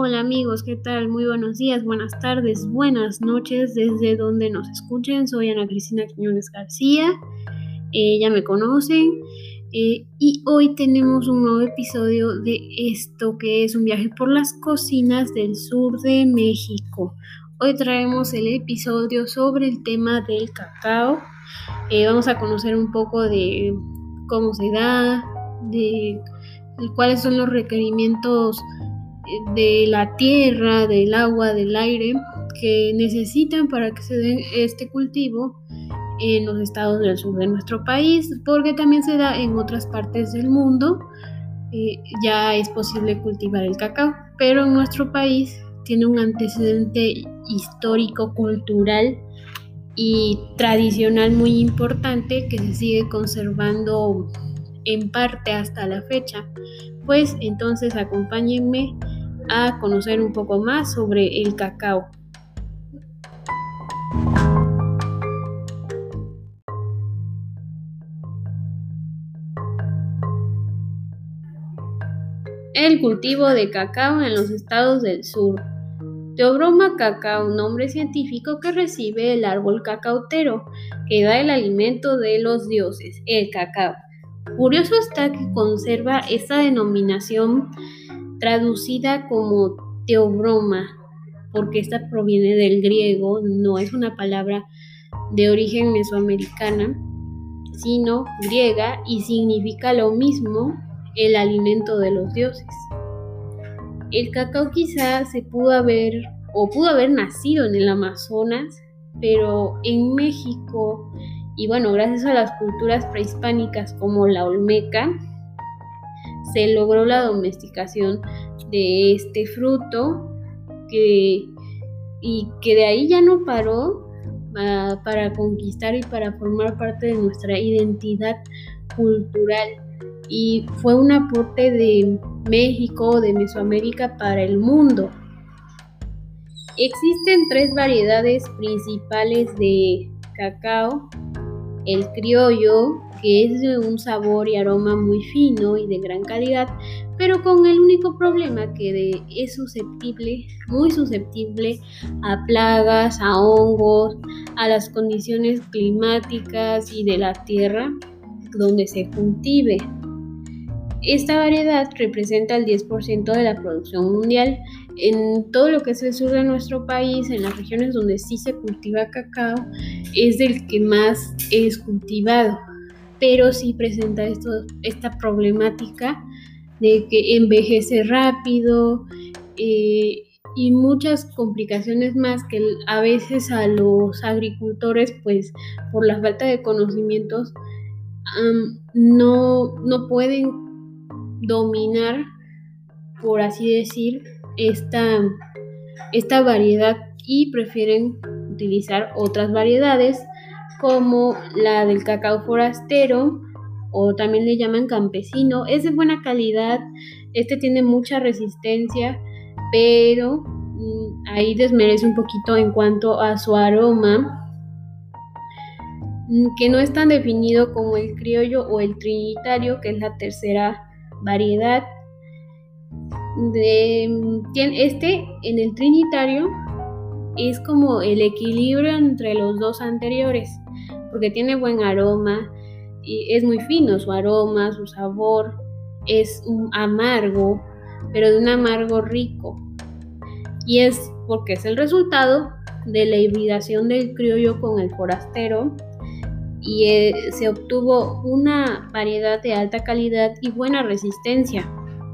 Hola amigos, ¿qué tal? Muy buenos días, buenas tardes, buenas noches, desde donde nos escuchen. Soy Ana Cristina Quiñones García, ya me conocen, y hoy tenemos un nuevo episodio de esto que es un viaje por las cocinas del sur de México. Hoy traemos el episodio sobre el tema del cacao. Vamos a conocer un poco de cómo se da, de cuáles son los requerimientos de la tierra, del agua, del aire que necesitan para que se dé este cultivo en los estados del sur de nuestro país, porque también se da en otras partes del mundo. Ya es posible cultivar el cacao, pero en nuestro país tiene un antecedente histórico, cultural y tradicional muy importante que se sigue conservando en parte hasta la fecha. Pues entonces acompáñenme a conocer un poco más sobre el cacao. El cultivo de cacao en los estados del sur. Theobroma cacao, nombre científico que recibe el árbol cacautero, que da el alimento de los dioses, el cacao. Curioso está que conserva esta denominación traducida como Theobroma, porque esta proviene del griego, no es una palabra de origen mesoamericana, sino griega, y significa lo mismo, el alimento de los dioses. El cacao quizá pudo haber nacido en el Amazonas, pero en México, y bueno, gracias a las culturas prehispánicas como la olmeca, se logró la domesticación de este fruto y que de ahí ya no paró para conquistar y para formar parte de nuestra identidad cultural, y fue un aporte de México, de Mesoamérica para el mundo. Existen 3 variedades principales de cacao: el criollo, que es de un sabor y aroma muy fino y de gran calidad, pero con el único problema que es muy susceptible a plagas, a hongos, a las condiciones climáticas y de la tierra donde se cultive. Esta variedad representa el 10% de la producción mundial. En todo lo que es el sur de nuestro país, en las regiones donde sí se cultiva cacao, es del que más es cultivado, pero sí presenta esta problemática de que envejece rápido y muchas complicaciones más que a veces a los agricultores, pues por la falta de conocimientos, no pueden dominar, por así decir, esta variedad, y prefieren utilizar otras variedades como la del cacao forastero, o también le llaman campesino. Es de buena calidad, tiene mucha resistencia, pero ahí desmerece un poquito en cuanto a su aroma, que no es tan definido como el criollo o el trinitario, que es la tercera variedad. En el trinitario es como el equilibrio entre los dos anteriores, porque tiene buen aroma y es muy fino su aroma, su sabor es un amargo, pero de un amargo rico, y es porque es el resultado de la hibridación del criollo con el forastero, y se obtuvo una variedad de alta calidad y buena resistencia.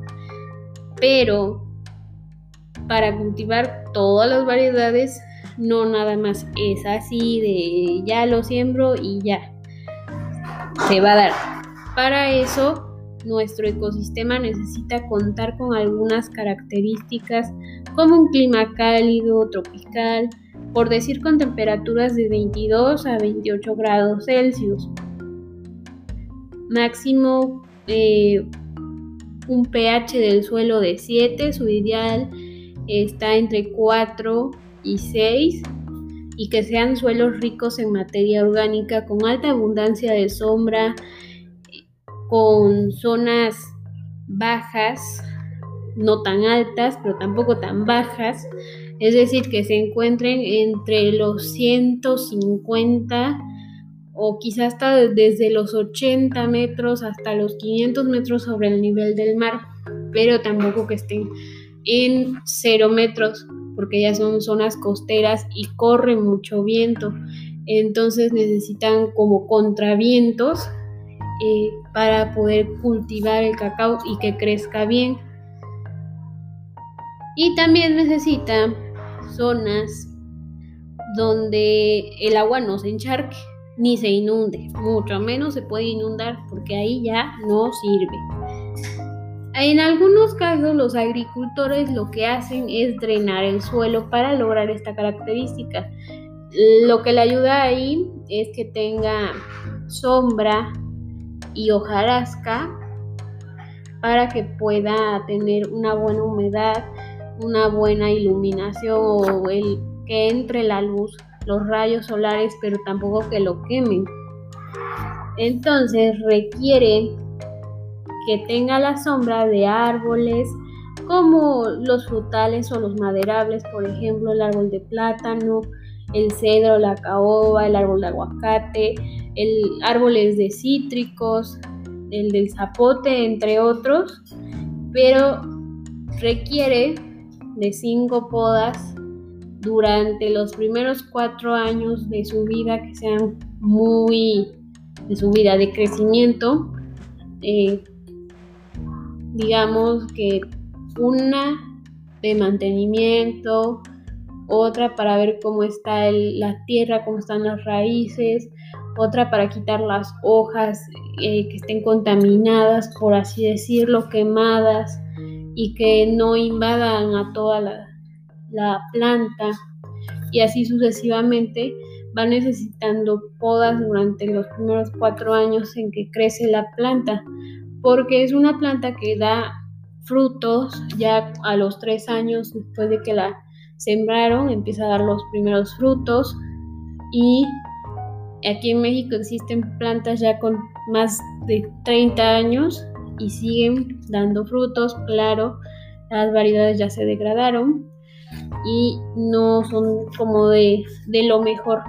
Pero para cultivar todas las variedades, no nada más es así de ya lo siembro y ya se va a dar. Para eso, nuestro ecosistema necesita contar con algunas características, como un clima cálido, tropical, por decir, con temperaturas de 22 a 28 grados Celsius. Máximo un pH del suelo de 7, su ideal está entre 4 y 6, y que sean suelos ricos en materia orgánica, con alta abundancia de sombra, con zonas bajas no tan altas, pero tampoco tan bajas, es decir, que se encuentren entre los 150 o quizás hasta desde los 80 metros hasta los 500 metros sobre el nivel del mar, pero tampoco que estén en 0 metros, porque ya son zonas costeras y corre mucho viento, entonces necesitan como contravientos para poder cultivar el cacao y que crezca bien. Y también necesita zonas donde el agua no se encharque ni se inunde, mucho menos se puede inundar porque ahí ya no sirve. En algunos casos los agricultores lo que hacen es drenar el suelo para lograr esta característica. Lo que le ayuda ahí es que tenga sombra y hojarasca para que pueda tener una buena humedad, una buena iluminación o que entre la luz, los rayos solares, pero tampoco que lo quemen. Entonces requiere que tenga la sombra de árboles como los frutales o los maderables, por ejemplo el árbol de plátano, el cedro, la caoba, el árbol de aguacate, árboles de cítricos, el del zapote, entre otros, pero requiere de 5 podas durante los primeros 4 años de su vida, que sean de su vida de crecimiento, digamos que una de mantenimiento, otra para ver cómo está la tierra, cómo están las raíces, otra para quitar las hojas que estén contaminadas, por así decirlo, quemadas, y que no invadan a toda la planta, y así sucesivamente. Va necesitando podas durante los primeros 4 años en que crece la planta, porque es una planta que da frutos ya a los 3 años después de que la sembraron, empieza a dar los primeros frutos. Y aquí en México existen plantas ya con más de 30 años y siguen dando frutos. Claro, las variedades ya se degradaron y no son como de lo mejor.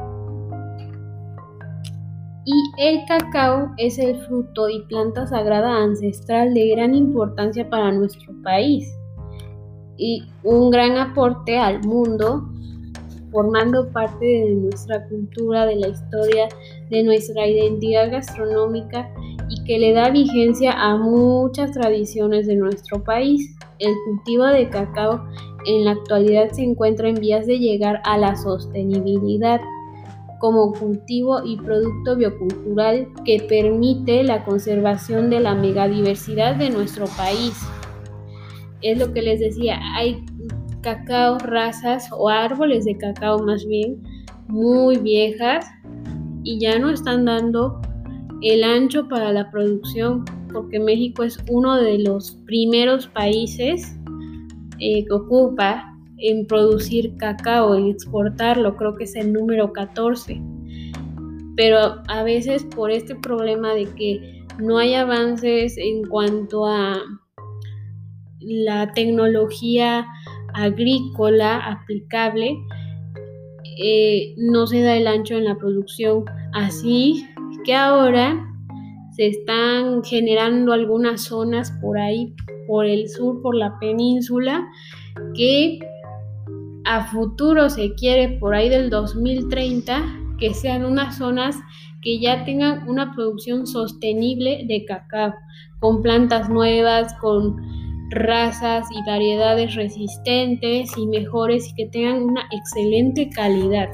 Y el cacao es el fruto y planta sagrada ancestral de gran importancia para nuestro país y un gran aporte al mundo, formando parte de nuestra cultura, de la historia, de nuestra identidad gastronómica, y que le da vigencia a muchas tradiciones de nuestro país. El cultivo de cacao en la actualidad se encuentra en vías de llegar a la sostenibilidad como cultivo y producto biocultural que permite la conservación de la megadiversidad de nuestro país. Es lo que les decía, hay cacao, razas o árboles de cacao más bien muy viejas y ya no están dando el ancho para la producción, porque México es uno de los primeros países que ocupa en producir cacao, en exportarlo, creo que es el número 14. Pero a veces por este problema de que no hay avances en cuanto a la tecnología agrícola aplicable, no se da el ancho en la producción. Así que ahora se están generando algunas zonas por ahí, por el sur, por la península, que a futuro se quiere por ahí del 2030 que sean unas zonas que ya tengan una producción sostenible de cacao, con plantas nuevas, con razas y variedades resistentes y mejores, y que tengan una excelente calidad.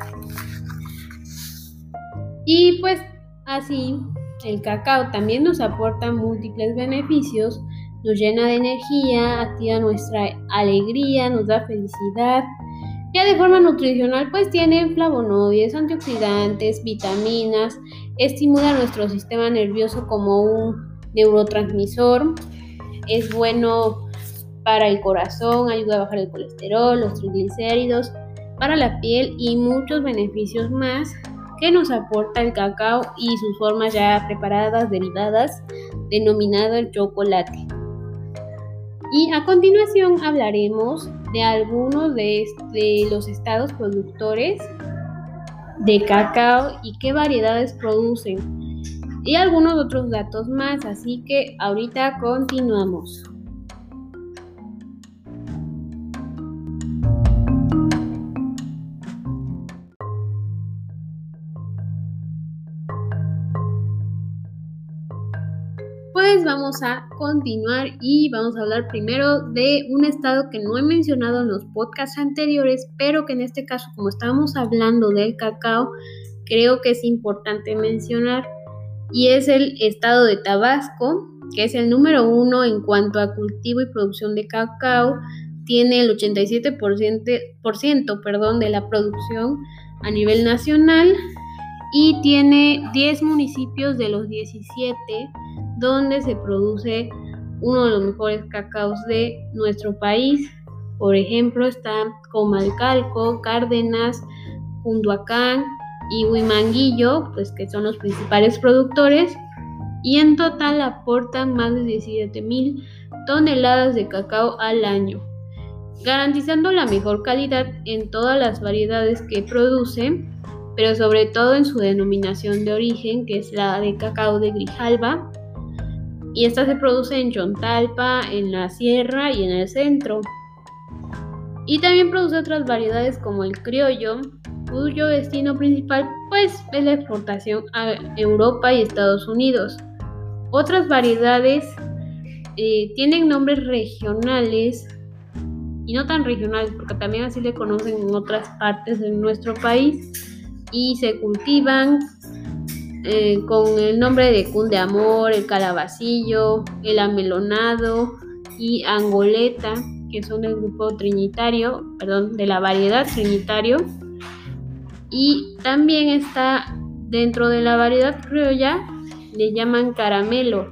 Y pues así el cacao también nos aporta múltiples beneficios, nos llena de energía, activa nuestra alegría, nos da felicidad. Ya de forma nutricional pues tiene flavonoides, antioxidantes, vitaminas, estimula nuestro sistema nervioso como un neurotransmisor, es bueno para el corazón, ayuda a bajar el colesterol, los triglicéridos, para la piel y muchos beneficios más que nos aporta el cacao y sus formas ya preparadas, derivadas, denominado el chocolate. Y a continuación hablaremos de algunos de los estados productores de cacao y qué variedades producen y algunos otros datos más, así que ahorita continuamos. Pues vamos a continuar y vamos a hablar primero de un estado que no he mencionado en los podcasts anteriores, pero que en este caso, como estábamos hablando del cacao, creo que es importante mencionar, y es el estado de Tabasco, que es el número 1 en cuanto a cultivo y producción de cacao. Tiene el 87% de la producción a nivel nacional y tiene 10 municipios de los 17 donde se produce uno de los mejores cacaos de nuestro país. Por ejemplo, están Comalcalco, Cárdenas, Cunduacán y Huimanguillo, pues que son los principales productores, y en total aportan más de 17,000 toneladas de cacao al año, garantizando la mejor calidad en todas las variedades que producen, pero sobre todo en su denominación de origen, que es la de cacao de Grijalba, y esta se produce en Chontalpa, en la sierra y en el centro. Y también produce otras variedades como el criollo, cuyo destino principal pues es la exportación a Europa y Estados Unidos. Otras variedades tienen nombres regionales y no tan regionales, porque también así le conocen en otras partes de nuestro país, y se cultivan con el nombre de Cundeamor, el calabacillo, el amelonado y angoleta, que son del grupo trinitario, de la variedad trinitario. Y también está dentro de la variedad criolla, le llaman caramelo.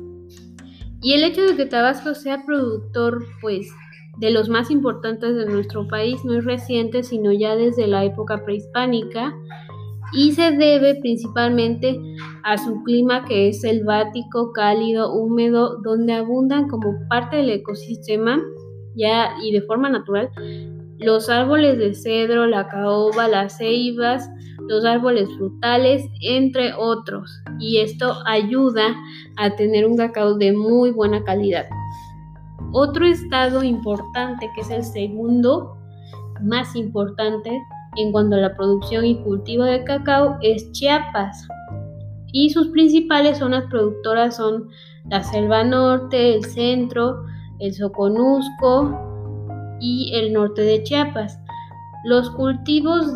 Y el hecho de que Tabasco sea productor pues de los más importantes de nuestro país no es reciente, sino ya desde la época prehispánica, y se debe principalmente a su clima, que es selvático, cálido, húmedo, donde abundan como parte del ecosistema ya y de forma natural los árboles de cedro, la caoba, las ceibas, los árboles frutales, entre otros, y esto ayuda a tener un cacao de muy buena calidad. Otro estado importante, que es el segundo más importante en cuanto a la producción y cultivo de cacao, es Chiapas, y sus principales zonas productoras son la Selva Norte, el centro, el Soconusco y el norte de Chiapas. Los cultivos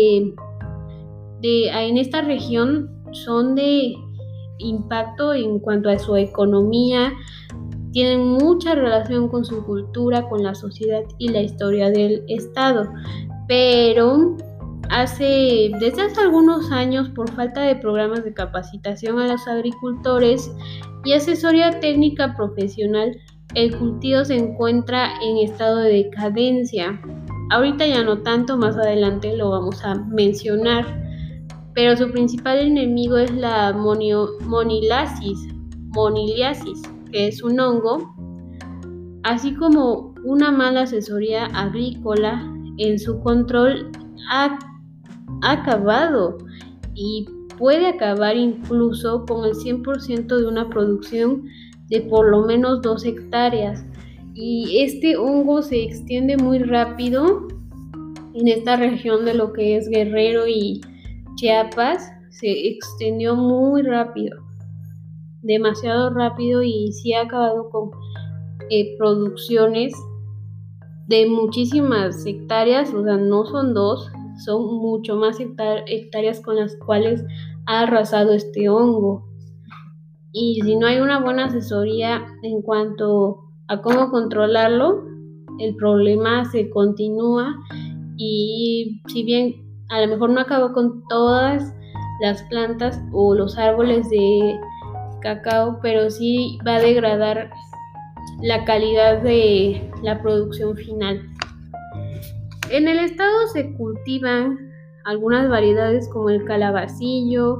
en esta región son de impacto en cuanto a su economía, tienen mucha relación con su cultura, con la sociedad y la historia del estado, pero desde hace algunos años, por falta de programas de capacitación a los agricultores y asesoría técnica profesional, el cultivo se encuentra en estado de decadencia. Ahorita ya no tanto, más adelante lo vamos a mencionar, pero su principal enemigo es la moniliasis, que es un hongo, así como una mala asesoría agrícola en su control ha acabado y puede acabar incluso con el 100% de una producción de por lo menos 2 hectáreas. Y este hongo se extiende muy rápido en esta región de lo que es Guerrero y Chiapas. Se extendió muy rápido, demasiado rápido, y sí ha acabado con producciones de muchísimas hectáreas, o sea, no son 2, son mucho más hectáreas con las cuales ha arrasado este hongo. Y si no hay una buena asesoría en cuanto a cómo controlarlo, el problema se continúa, y si bien a lo mejor no acabó con todas las plantas o los árboles de cacao, pero sí va a degradar la calidad de la producción final. En el estado se cultivan algunas variedades como el calabacillo,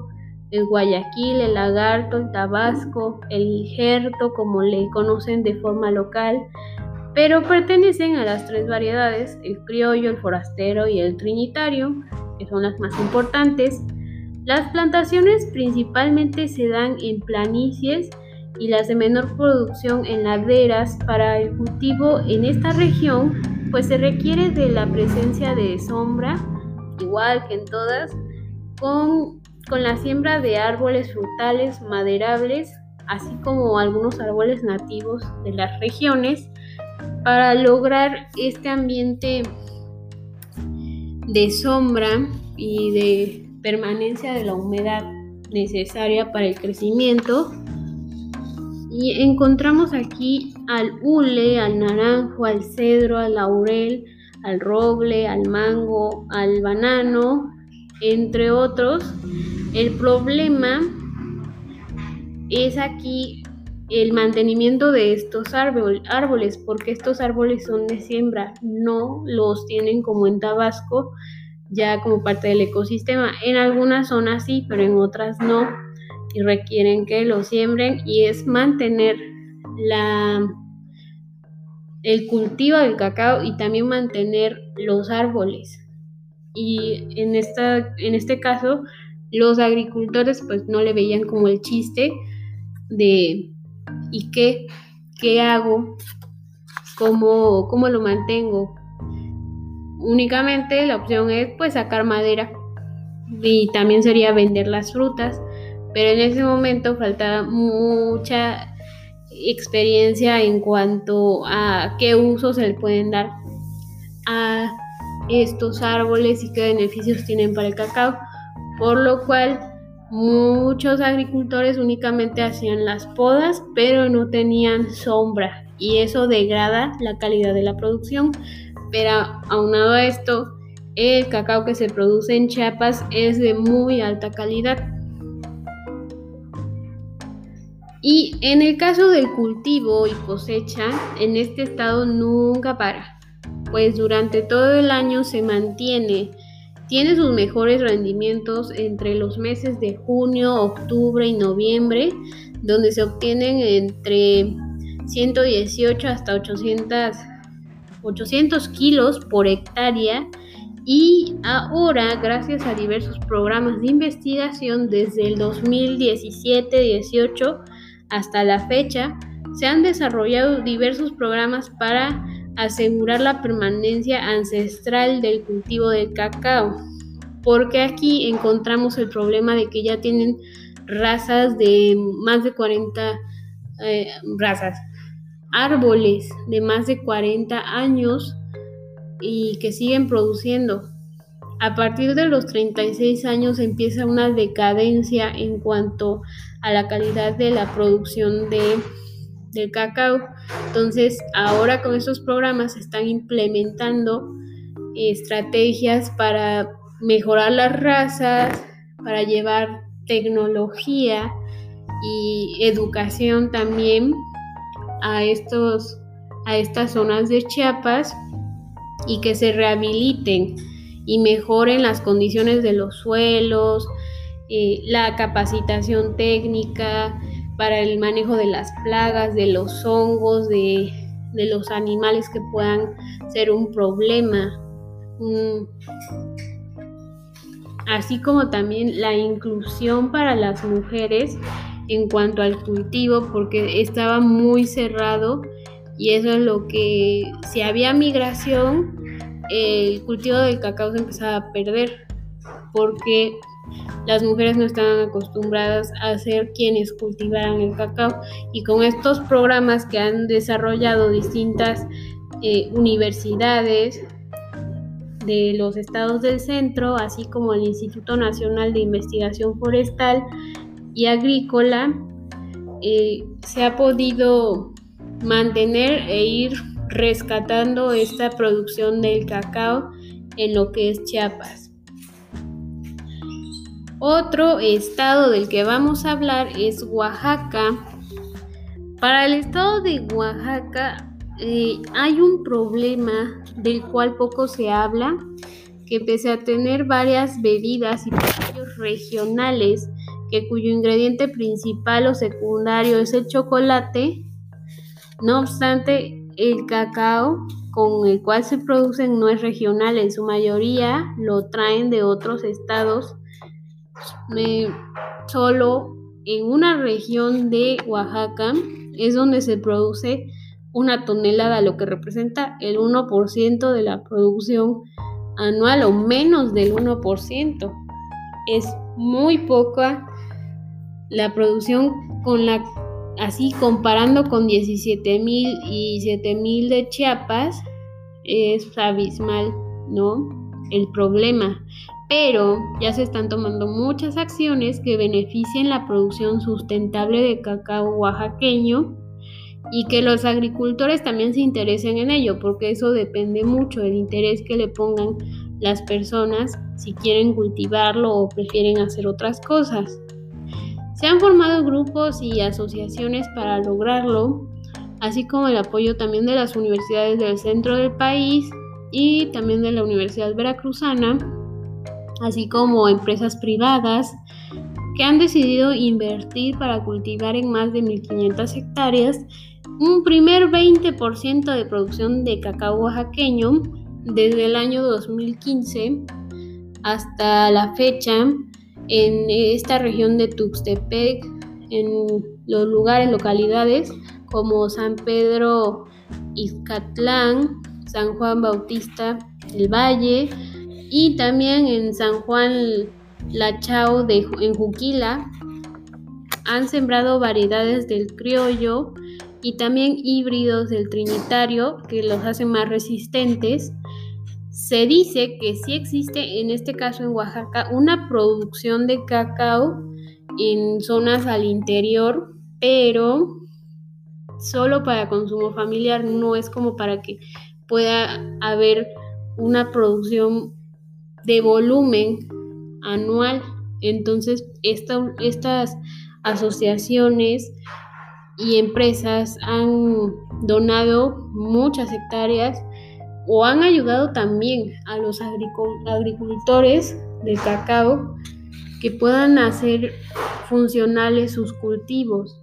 el guayaquil, el lagarto, el tabasco, el injerto, como le conocen de forma local, pero pertenecen a las 3 variedades, el criollo, el forastero y el trinitario, que son las más importantes. Las plantaciones principalmente se dan en planicies y las de menor producción en laderas. Para el cultivo en esta región, pues se requiere de la presencia de sombra, igual que en todas, con la siembra de árboles frutales maderables, así como algunos árboles nativos de las regiones, para lograr este ambiente de sombra y de permanencia de la humedad necesaria para el crecimiento. Y encontramos aquí al hule, al naranjo, al cedro, al laurel, al roble, al mango, al banano, entre otros. El problema es aquí el mantenimiento de estos árboles, porque estos árboles son de siembra, no los tienen como en Tabasco, ya como parte del ecosistema. En algunas zonas sí, pero en otras no, y requieren que lo siembren, y es mantener el cultivo del cacao y también mantener los árboles. Y en este caso, los agricultores pues no le veían como el chiste de ¿y qué hago? ¿Cómo lo mantengo? Únicamente la opción es pues sacar madera, y también sería vender las frutas, pero en ese momento faltaba mucha experiencia en cuanto a qué usos se le pueden dar a estos árboles y qué beneficios tienen para el cacao, por lo cual muchos agricultores únicamente hacían las podas, pero no tenían sombra, y eso degrada la calidad de la producción. Pero aunado a esto, el cacao que se produce en Chiapas es de muy alta calidad. Y en el caso del cultivo y cosecha, en este estado nunca para, pues durante todo el año se mantiene. Tiene sus mejores rendimientos entre los meses de junio, octubre y noviembre, donde se obtienen entre 118 hasta 800 kilos por hectárea. Y ahora, gracias a diversos programas de investigación desde el 2017-18 hasta la fecha, se han desarrollado diversos programas para asegurar la permanencia ancestral del cultivo del cacao, porque aquí encontramos el problema de que ya tienen razas de más de 40 árboles de más de 40 años y que siguen produciendo. A partir de los 36 años empieza una decadencia en cuanto a la calidad de la producción del cacao. Entonces, ahora con estos programas se están implementando estrategias para mejorar las razas, para llevar tecnología y educación también a estas zonas de Chiapas, y que se rehabiliten y mejoren las condiciones de los suelos, la capacitación técnica para el manejo de las plagas, de los hongos, de los animales que puedan ser un problema, así como también la inclusión para las mujeres en cuanto al cultivo, porque estaba muy cerrado, y eso es lo que, si había migración, el cultivo del cacao se empezaba a perder, porque las mujeres no estaban acostumbradas a ser quienes cultivaran el cacao. Y con estos programas que han desarrollado distintas universidades de los estados del centro, así como el Instituto Nacional de Investigación Forestal y Agrícola, se ha podido mantener e ir rescatando esta producción del cacao en lo que es Chiapas. Otro estado del que vamos a hablar es Oaxaca. Para el estado de Oaxaca hay un problema del cual poco se habla, que pese a tener varias bebidas y platillos regionales cuyo ingrediente principal o secundario es el chocolate. No obstante, el cacao con el cual se producen no es regional, en su mayoría lo traen de otros estados. Solo en una región de Oaxaca es donde se produce una tonelada, lo que representa el 1% de la producción anual o menos del 1%. Es muy poca la producción así comparando con 17,000 y 7,000 de Chiapas, es abismal, ¿no? El problema. Pero ya se están tomando muchas acciones que beneficien la producción sustentable de cacao oaxaqueño y que los agricultores también se interesen en ello, porque eso depende mucho del interés que le pongan las personas si quieren cultivarlo o prefieren hacer otras cosas. Se han formado grupos y asociaciones para lograrlo, así como el apoyo también de las universidades del centro del país y también de la Universidad Veracruzana, así como empresas privadas que han decidido invertir para cultivar en más de 1,500 hectáreas un primer 20% de producción de cacao oaxaqueño desde el año 2015 hasta la fecha en esta región de Tuxtepec, en los localidades como San Pedro Ixcatlán, San Juan Bautista del Valle y también en San Juan La Chao en Juquila. Han sembrado variedades del criollo y también híbridos del trinitario que los hacen más resistentes. Se dice que sí existe, en este caso en Oaxaca, una producción de cacao en zonas al interior, pero solo para consumo familiar, no es como para que pueda haber una producción de volumen anual. Entonces, estas asociaciones y empresas han donado muchas hectáreas o han ayudado también a los agricultores de cacao que puedan hacer funcionales sus cultivos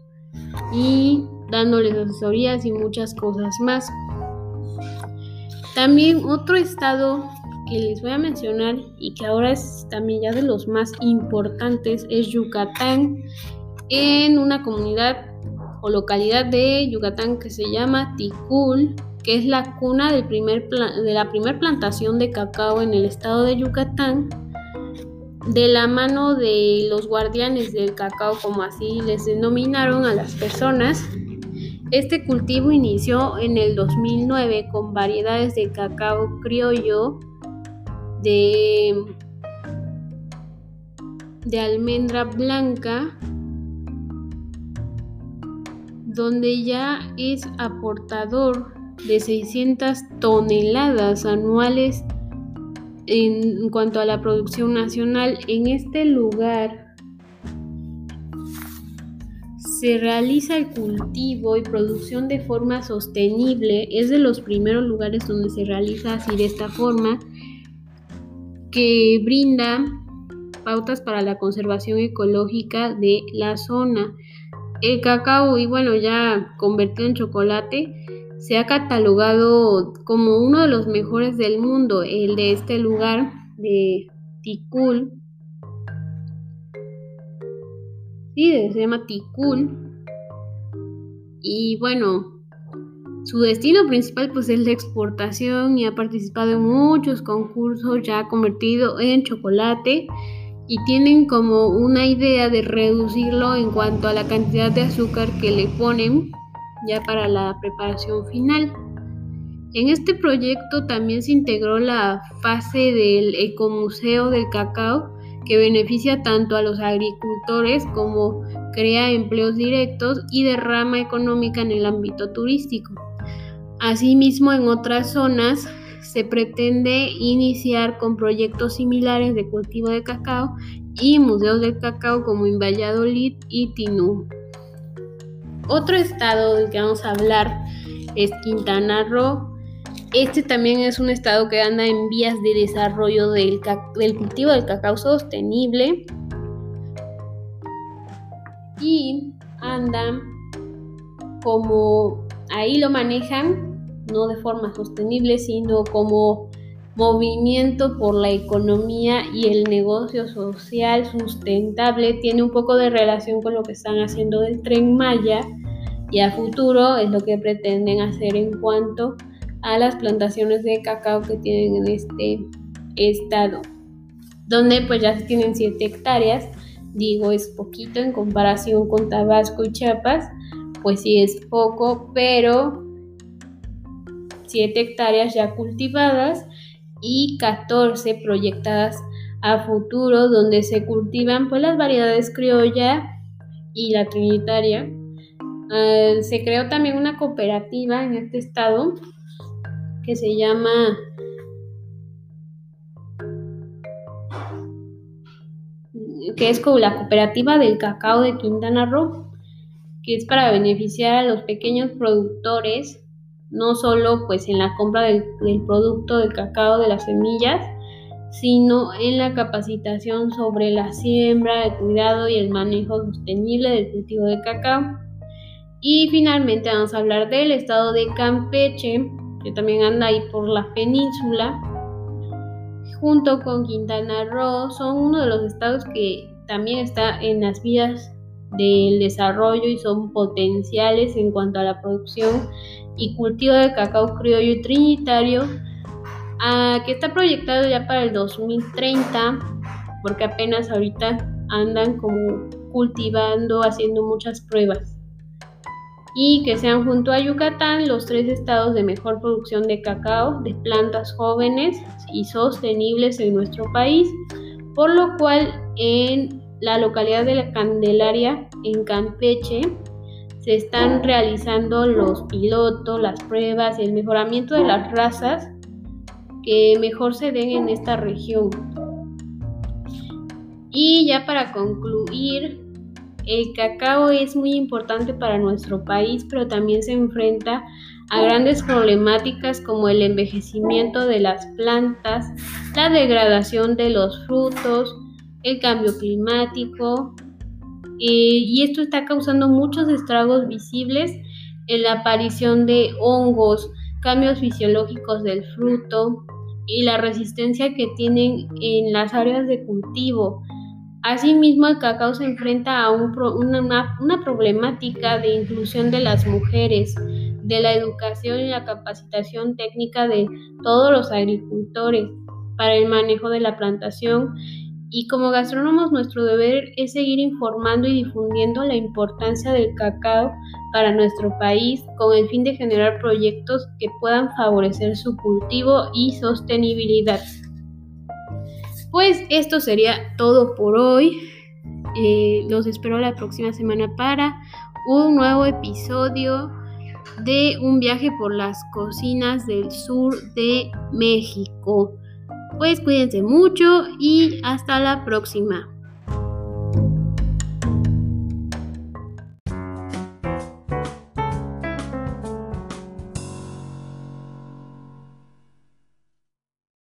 y dándoles asesorías y muchas cosas más. También otro estado que les voy a mencionar y que ahora es también ya de los más importantes es Yucatán, en una comunidad o localidad de Yucatán que se llama Tikul, que es la cuna de la primer plantación de cacao en el estado de Yucatán, de la mano de los guardianes del cacao, como así les denominaron a las personas. Este cultivo inició en el 2009 con variedades de cacao criollo, de almendra blanca, donde ya es aportador de 600 toneladas anuales en cuanto a la producción nacional. En este lugar se realiza el cultivo y producción de forma sostenible. Es de los primeros lugares donde se realiza así de esta forma, que brinda pautas para la conservación ecológica de la zona. El cacao, y bueno, ya convertido en chocolate, se ha catalogado como uno de los mejores del mundo, el de este lugar de Tikul. Sí, se llama Tikul. Y bueno, su destino principal pues es la exportación y ha participado en muchos concursos, ya ha convertido en chocolate y tienen como una idea de reducirlo en cuanto a la cantidad de azúcar que le ponen ya para la preparación final. En este proyecto también se integró la fase del ecomuseo del cacao, que beneficia tanto a los agricultores como crea empleos directos y derrama económica en el ámbito turístico. Asimismo, en otras zonas se pretende iniciar con proyectos similares de cultivo de cacao y museos del cacao como en Valladolid y Tinú. Otro estado del que vamos a hablar es Quintana Roo. Este también es un estado que anda en vías de desarrollo del cultivo del cacao sostenible. y andan como ahí lo manejan, no de forma sostenible, sino como movimiento por la economía y el negocio social sustentable. Tiene un poco de relación con lo que están haciendo del Tren Maya, y a futuro es lo que pretenden hacer en cuanto a las plantaciones de cacao que tienen en este estado, donde pues ya se tienen 7 hectáreas. Digo, es poquito en comparación con Tabasco y Chiapas, pues sí es poco, pero 7 hectáreas ya cultivadas y 14 proyectadas a futuro, donde se cultivan pues las variedades criolla y la trinitaria. Se creó también una cooperativa en este estado que se llama es como la cooperativa del cacao de Quintana Roo, que es para beneficiar a los pequeños productores, no solo pues en la compra del producto del cacao, de las semillas, sino en la capacitación sobre la siembra, el cuidado y el manejo sostenible del cultivo de cacao. Y finalmente vamos a hablar del estado de Campeche, que también anda ahí por la península, junto con Quintana Roo. Son uno de los estados que también está en las vías del desarrollo y son potenciales en cuanto a la producción y cultivo de cacao criollo y trinitario, que está proyectado ya para el 2030, porque apenas ahorita andan como cultivando, haciendo muchas pruebas, y que sean junto a Yucatán los 3 estados de mejor producción de cacao de plantas jóvenes y sostenibles en nuestro país, por lo cual en la localidad de La Candelaria, en Campeche, se están realizando los pilotos, las pruebas y el mejoramiento de las razas que mejor se den en esta región. Y ya para concluir, el cacao es muy importante para nuestro país, pero también se enfrenta a grandes problemáticas como el envejecimiento de las plantas, la degradación de los frutos, el cambio climático, y esto está causando muchos estragos visibles en la aparición de hongos, cambios fisiológicos del fruto y la resistencia que tienen en las áreas de cultivo. Asimismo, el cacao se enfrenta a una problemática de inclusión de las mujeres, de la educación y la capacitación técnica de todos los agricultores para el manejo de la plantación. Y como gastrónomos, nuestro deber es seguir informando y difundiendo la importancia del cacao para nuestro país, con el fin de generar proyectos que puedan favorecer su cultivo y sostenibilidad. Pues esto sería todo por hoy. Los espero la próxima semana para un nuevo episodio de un viaje por las cocinas del sur de México. Pues cuídense mucho y hasta la próxima.